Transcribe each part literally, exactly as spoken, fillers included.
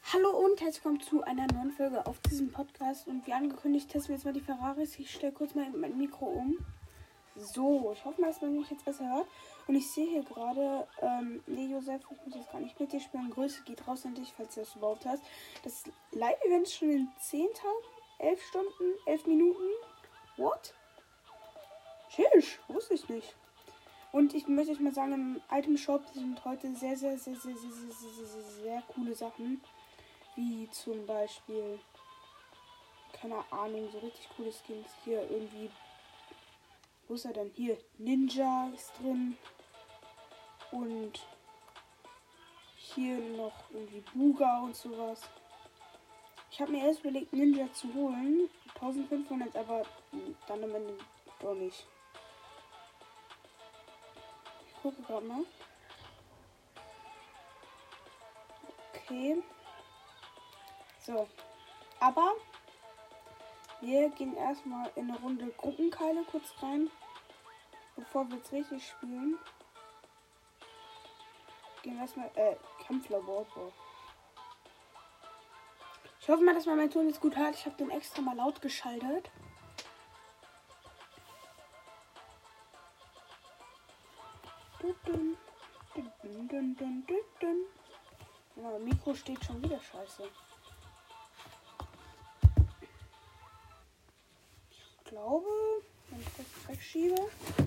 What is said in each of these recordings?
Hallo und herzlich willkommen zu einer neuen Folge auf diesem Podcast. Und wie angekündigt, testen wir jetzt mal die Ferraris. Ich stelle kurz mal mein Mikro um. So, ich hoffe mal, dass man mich jetzt besser hört. Und ich sehe hier gerade, ähm, nee, Josef, ich muss jetzt gar nicht mit dir spielen. Grüße geht raus an dich, falls du das überhaupt hast. Das Live-Event ist schon in zehn Tagen, elf Stunden, elf Minuten. What? Tschüss, wusste ich nicht. Und ich möchte euch mal sagen, im Item Shop sind heute sehr, sehr, sehr, sehr, sehr, sehr, sehr, sehr, sehr, sehr coole Sachen. Wie zum Beispiel, keine Ahnung, so richtig coole Skins. Hier irgendwie, wo ist er denn? Hier, Ninja ist drin. Und hier noch irgendwie Buga und sowas. Ich habe mir erst überlegt, Ninja zu holen. eintausendfünfhundert, aber dann am Ende doch nicht. Ich gucke gerade mal. Okay. So. Aber wir gehen erstmal in eine Runde Gruppenkeile kurz rein. Bevor wir jetzt richtig spielen. Gehen wir erstmal, äh, Kampflabor. Ich hoffe mal, dass man meinen Ton jetzt gut hört. Ich habe den extra mal laut geschaltet. Ja, das Mikro steht schon wieder scheiße. Ich glaube, wenn ich das wegschiebe.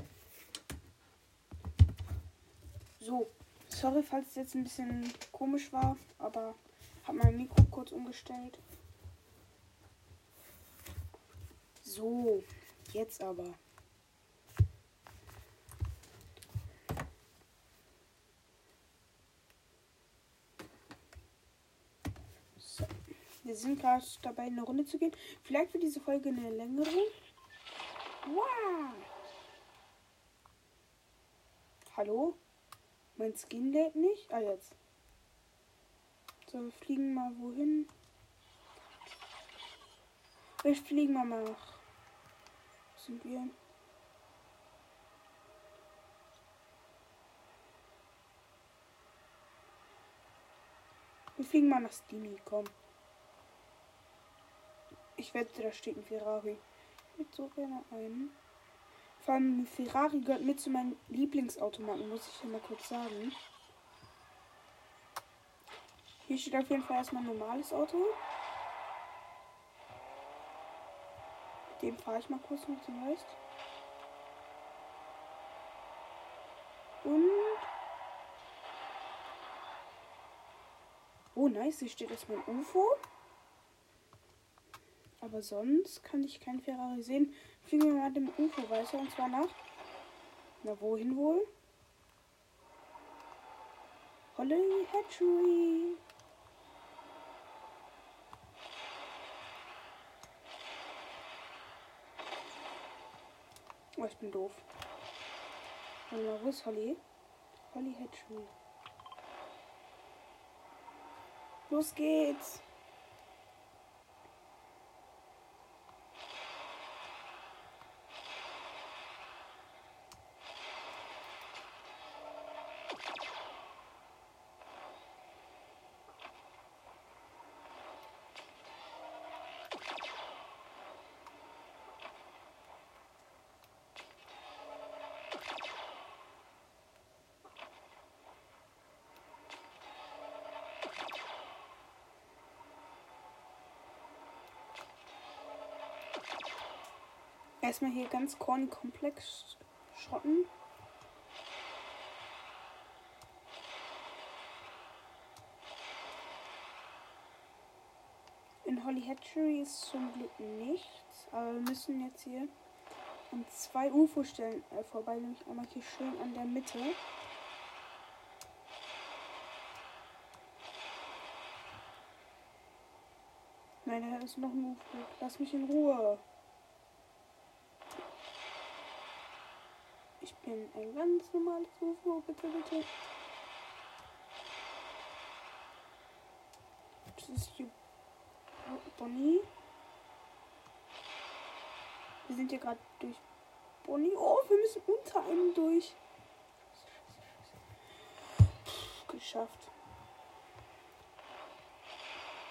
So, sorry, falls es jetzt ein bisschen komisch war, aber habe mein Mikro kurz umgestellt. So, jetzt aber. So, wir sind gerade dabei, in eine Runde zu gehen. Vielleicht wird diese Folge eine längere. Wow! Hallo? Mein Skin lädt nicht? Ah, jetzt. So, wir fliegen mal wohin? Wir fliegen mal nach. Wo sind wir? Wir fliegen mal nach Stini, komm. Ich wette, da steht ein Ferrari. Ich würde so gerne einen. Vor allem ein Ferrari gehört mit zu meinen Lieblingsautomaten, muss ich hier mal kurz sagen. Hier steht auf jeden Fall erstmal ein normales Auto. Mit dem fahre ich mal kurz noch zum Rest. Und. Oh, nice, hier steht erstmal ein U F O. Aber sonst kann ich kein Ferrari sehen. Fliegen wir mal dem U F O weiter, und zwar nach. Na, wohin wohl? Holly Hatchery. Oh, ich bin doof. Warte mal, wo ist Holly? Holly Hatchery. Los geht's. Erstmal hier ganz corny komplex schrotten. In Holly Hatchery ist zum Glück nichts. Aber wir müssen jetzt hier an zwei U F O-Stellen äh, vorbei. Nämlich einmal hier schön an der Mitte. Nein, da ist noch ein U F O. Lass mich in Ruhe. Ich bin ein ganz normales U F O, bitte, bitte. Das ist hier Bonnie. Wir sind hier gerade durch Bonnie. Oh, wir müssen unter einem durch. Puh, geschafft.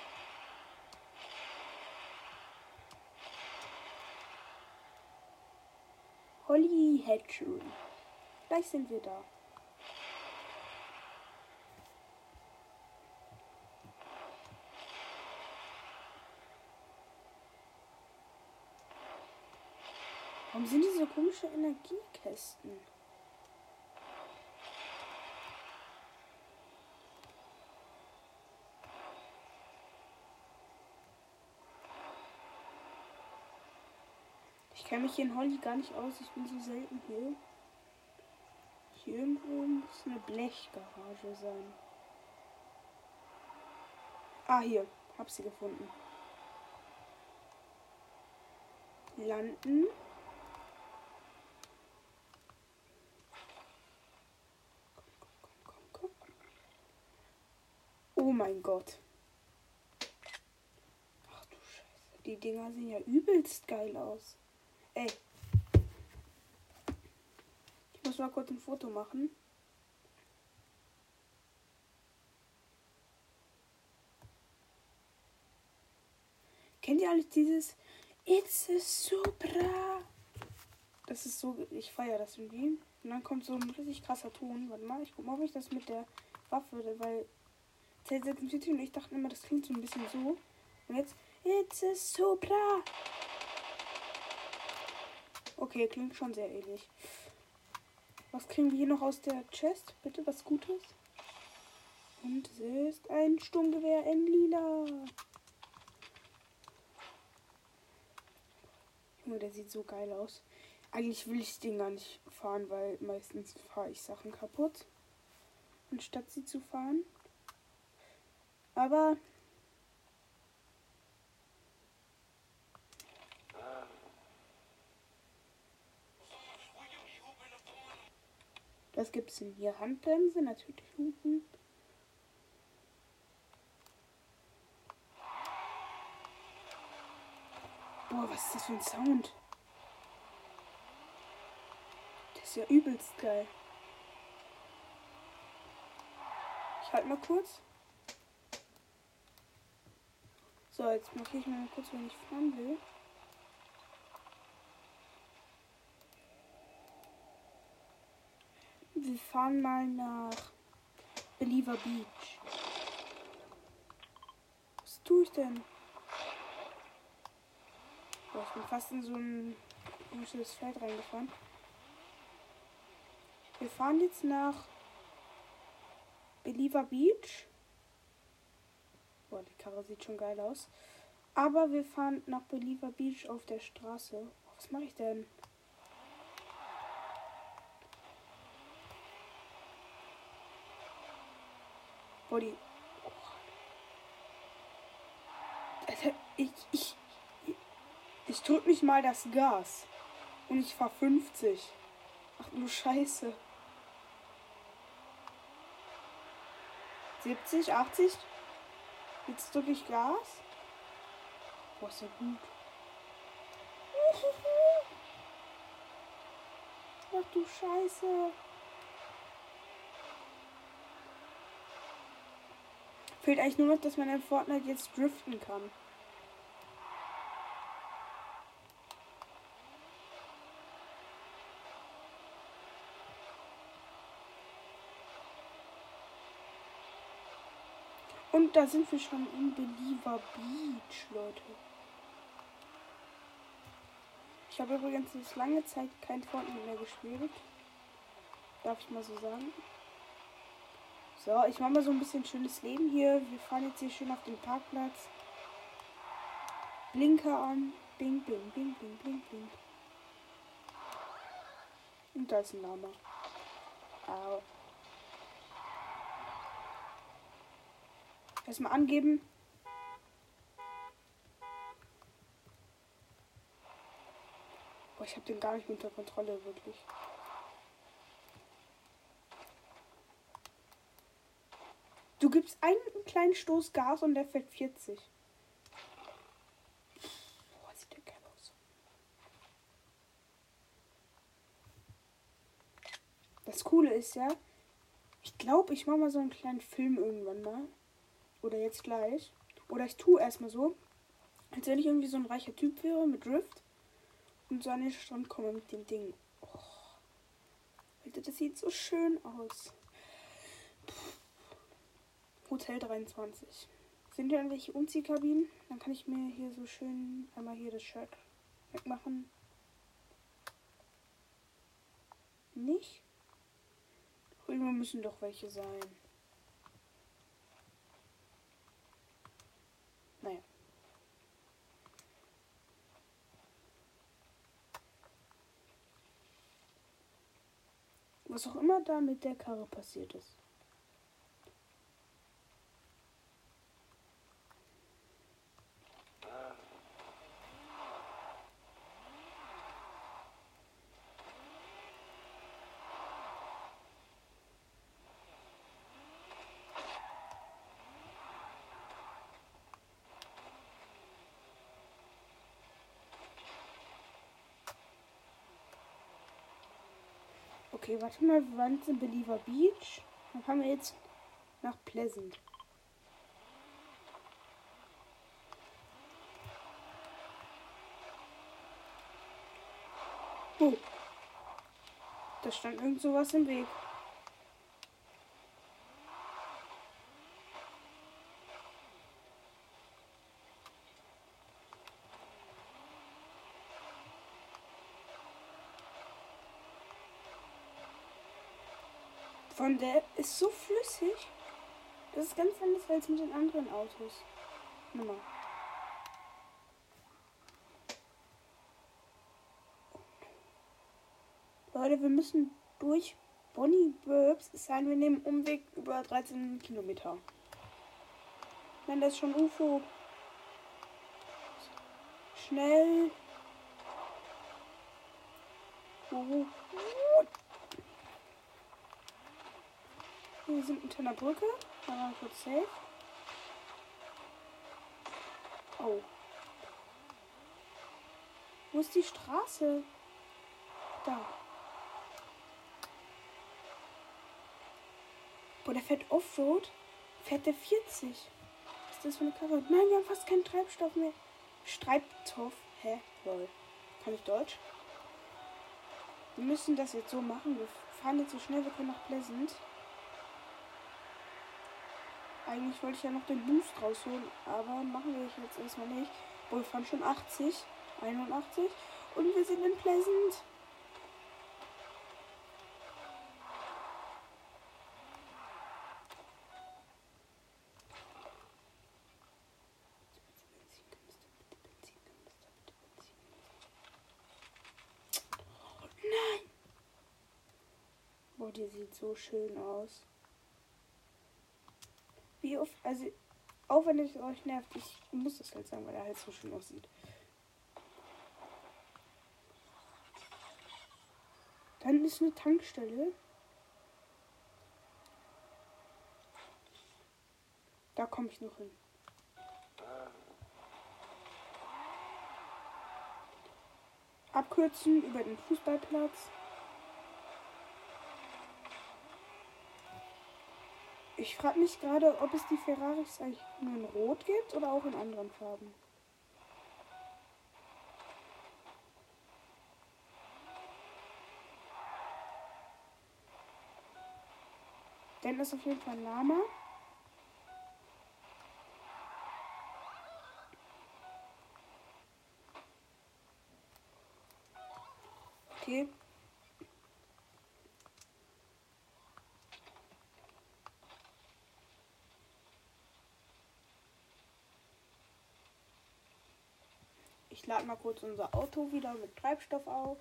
Holly Hatchery. Gleich sind wir da. Warum sind diese komische Energiekästen? Ich kenne mich hier in Holly gar nicht aus. Ich bin so selten hier. Hier irgendwo muss eine Blechgarage sein. Ah, hier. Hab sie gefunden. Landen. Komm, komm, komm, komm. Oh mein Gott. Ach du Scheiße. Die Dinger sehen ja übelst geil aus. Ey. Ich muss mal kurz ein Foto machen. Kennt ihr alles dieses It's a Supra? Das ist so, ich feiere das irgendwie. Und dann kommt so ein richtig krasser Ton. Warte mal, ich guck mal, ob ich das mit der Waffe, weil Z sechsundvierzig und ich dachten immer, das klingt so ein bisschen so. Und jetzt It's a Supra. Okay, klingt schon sehr ähnlich. Was kriegen wir hier noch aus der Chest? Bitte was Gutes. Und es ist ein Sturmgewehr in lila. Junge, der sieht so geil aus. Eigentlich will ich den gar nicht fahren, weil meistens fahre ich Sachen kaputt, anstatt sie zu fahren. Aber was gibt's denn hier? Handbremse, natürlich Hupen. Boah, was ist das für ein Sound? Das ist ja übelst geil. Ich halte mal kurz. So, jetzt markiere ich mal kurz, wenn ich fahren will. Wir fahren mal nach Believer Beach. Was tue ich denn? Boah, ich bin fast in so ein komisches Feld reingefahren. Wir fahren jetzt nach Believer Beach. Boah, die Karre sieht schon geil aus. Aber wir fahren nach Believer Beach auf der Straße. Boah, was mache ich denn? Boah, die... Alter, ich... Ich... Ich drück nicht mal das Gas. Und ich fahr fünfzig. Ach du Scheiße. siebzig, achtzig. Jetzt drücke ich Gas. Boah, ist ja gut. Ach du Scheiße. Fehlt eigentlich nur noch, dass man in Fortnite jetzt driften kann. Und da sind wir schon in Believer Beach, Leute. Ich habe übrigens jetzt lange Zeit kein Fortnite mehr gespielt. Darf ich mal so sagen. So, ich mache mal so ein bisschen schönes Leben hier. Wir fahren jetzt hier schön auf den Parkplatz. Blinker an. Bing, bing, bing, bing, bing, bing. Und da ist ein Lama. Au. Erstmal angeben. Boah, ich habe den gar nicht unter Kontrolle, wirklich. Du gibst einen kleinen Stoß Gas und der fällt vierzig. Boah, sieht der geil aus. Das Coole ist ja, ich glaube, ich mache mal so einen kleinen Film irgendwann mal. Oder jetzt gleich. Oder ich tue erstmal so, als wenn ich irgendwie so ein reicher Typ wäre mit Drift und so an den Strand komme mit dem Ding. Alter, das sieht so schön aus. Hotel dreiundzwanzig. Sind hier irgendwelche Umziehkabinen? Dann kann ich mir hier so schön einmal hier das Shirt wegmachen. Nicht? Irgendwo müssen doch welche sein. Naja. Was auch immer da mit der Karre passiert ist. Okay, warte mal, wir waren jetzt in Believer Beach. Dann fahren wir jetzt nach Pleasant. Oh. Da stand irgend sowas im Weg. Von der ist so flüssig. Das ist ganz anders als mit den anderen Autos. Nummer. Leute, wir müssen durch Bonnie Burbs. Es sei denn, wir nehmen Umweg über dreizehn Kilometer. Nein, das ist schon U F O. Schnell. Oh. Wir sind unter einer Brücke. Da waren wir kurz safe. Oh. Wo ist die Straße? Da. Boah, der fährt Offroad. Fährt der vierzig. Was ist das für eine Karre? Nein, wir haben fast keinen Treibstoff mehr. Treibstoff. Hä? Lol. Kann ich Deutsch? Wir müssen das jetzt so machen. Wir fahren jetzt so schnell wir können nach Pleasant. Eigentlich wollte ich ja noch den Boost rausholen, aber machen wir jetzt erstmal nicht. Boah, wir fahren schon achtzig, einundachtzig und wir sind in Pleasant. Nein! Boah, die sieht so schön aus. Wie oft, also, auch wenn es euch nervt, ich muss das halt sagen, weil er halt so schön aussieht. Dann ist eine Tankstelle. Da komme ich noch hin. Abkürzen über den Fußballplatz. Ich frage mich gerade, ob es die Ferraris eigentlich nur in Rot gibt oder auch in anderen Farben. Denn ist auf jeden Fall ein Lama. Okay. Ich lade mal kurz unser Auto wieder mit Treibstoff auf.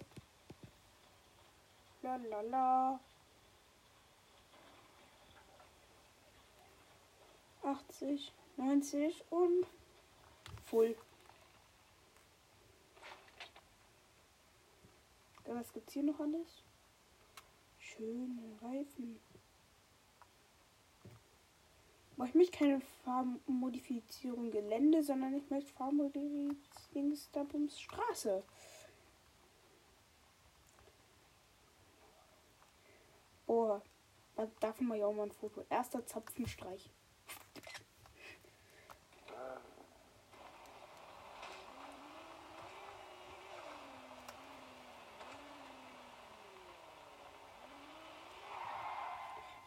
Lalala. achtzig, neunzig und voll. Was gibt's hier noch alles? Schöne Reifen. Ich möchte keine Fahrmodifizierung Gelände, sondern ich möchte Fahrmodifizierung Straße. Boah, davon mal ja auch mal ein Foto. Erster Zapfenstreich.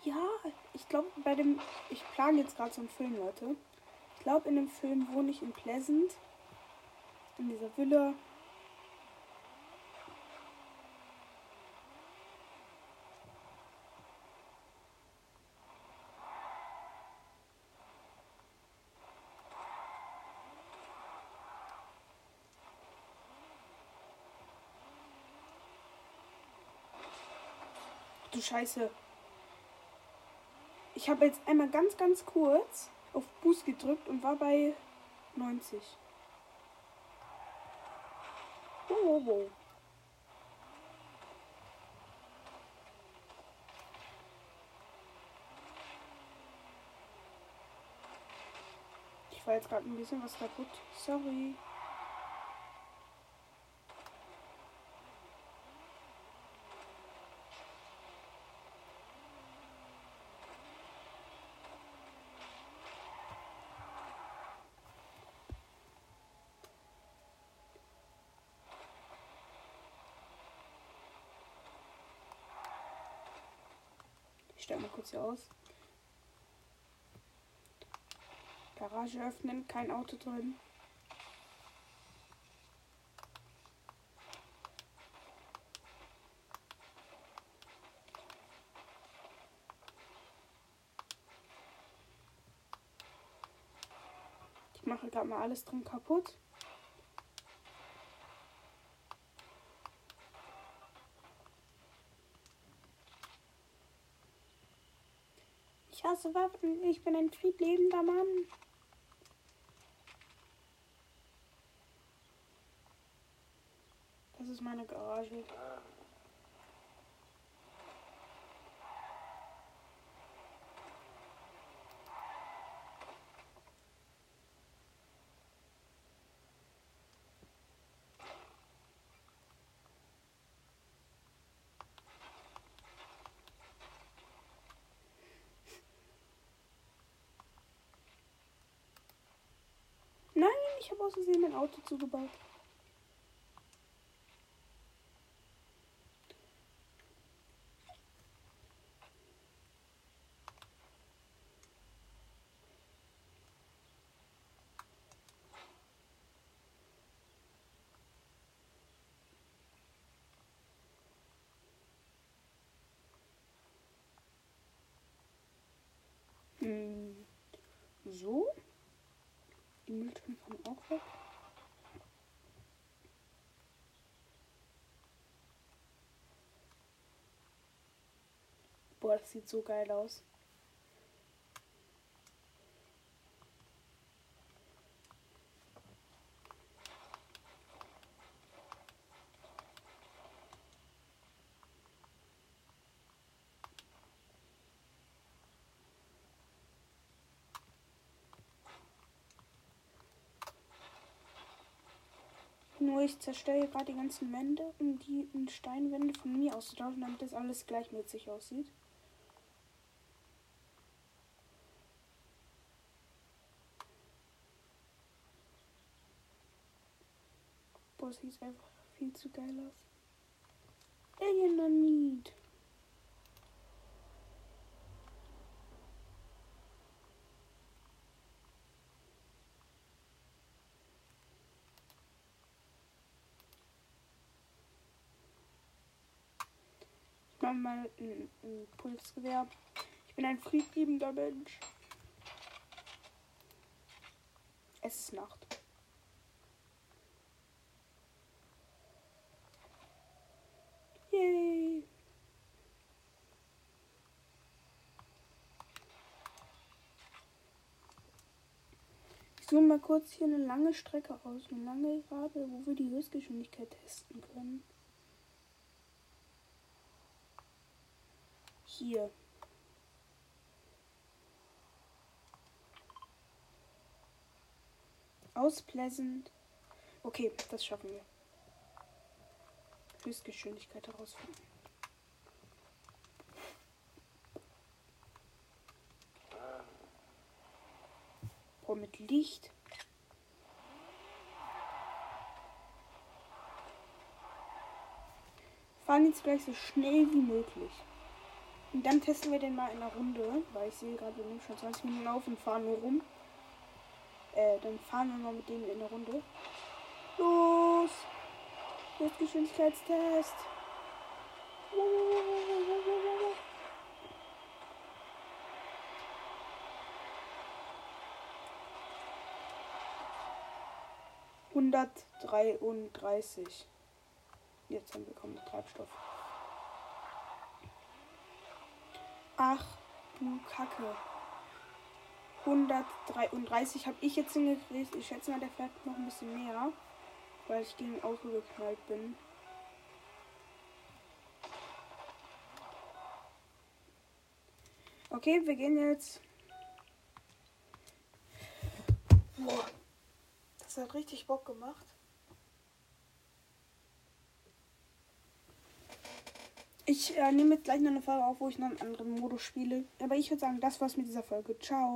Ja, ich glaube, bei dem. Ich plane jetzt gerade so einen Film, Leute. Ich glaube, in dem Film wohne ich in Pleasant. In dieser Villa. Du Scheiße. Ich habe jetzt einmal ganz, ganz kurz auf Boost gedrückt und war bei neunzig. Oh, oh, oh. Ich war jetzt gerade ein bisschen was kaputt. Sorry. Ich stelle mal kurz hier aus. Garage öffnen, kein Auto drin. Ich mache gerade mal alles drin kaputt. Ich hasse Waffen. Ich bin ein friedlebender Mann. Das ist meine Garage. Nein, ich habe aus Versehen mein Auto zugebaut. Hm. So. Die Mülltonnen kommen auch weg. Boah, das sieht so geil aus. Nur ich zerstöre gerade die ganzen Wände, um die in Steinwände von mir auszutauschen, damit das alles gleichmäßig aussieht. Boah, das sieht einfach viel zu geil aus. Alien Nanit. Ich mache mal ein, ein Pulsgewehr. Ich bin ein friedliebender Mensch. Es ist Nacht. Yay! Ich zoome mal kurz hier eine lange Strecke aus. Eine lange Gerade, wo wir die Höchstgeschwindigkeit testen können. Hier. Aus Pleasant. Okay, das schaffen wir. Höchstgeschwindigkeit herausfinden. Boah, mit Licht. Fahren jetzt gleich so schnell wie möglich. Und dann testen wir den mal in einer Runde, weil ich sehe gerade, wir nehmen schon zwanzig Minuten auf und fahren nur rum. Äh, dann fahren wir mal mit denen in der Runde. Los! Jetzt Geschwindigkeitstest. hundertdreiunddreißig. Jetzt haben wir bekommen Treibstoff. Ach du Kacke. hundertdreiunddreißig habe ich jetzt hingekriegt. Ich schätze mal, der fährt noch ein bisschen mehr, weil ich gegen ein Auto geknallt bin. Okay, wir gehen jetzt. Boah, das hat richtig Bock gemacht. Ich äh, nehme jetzt gleich noch eine Folge auf, wo ich noch einen anderen Modus spiele. Aber ich würde sagen, das war's mit dieser Folge. Ciao.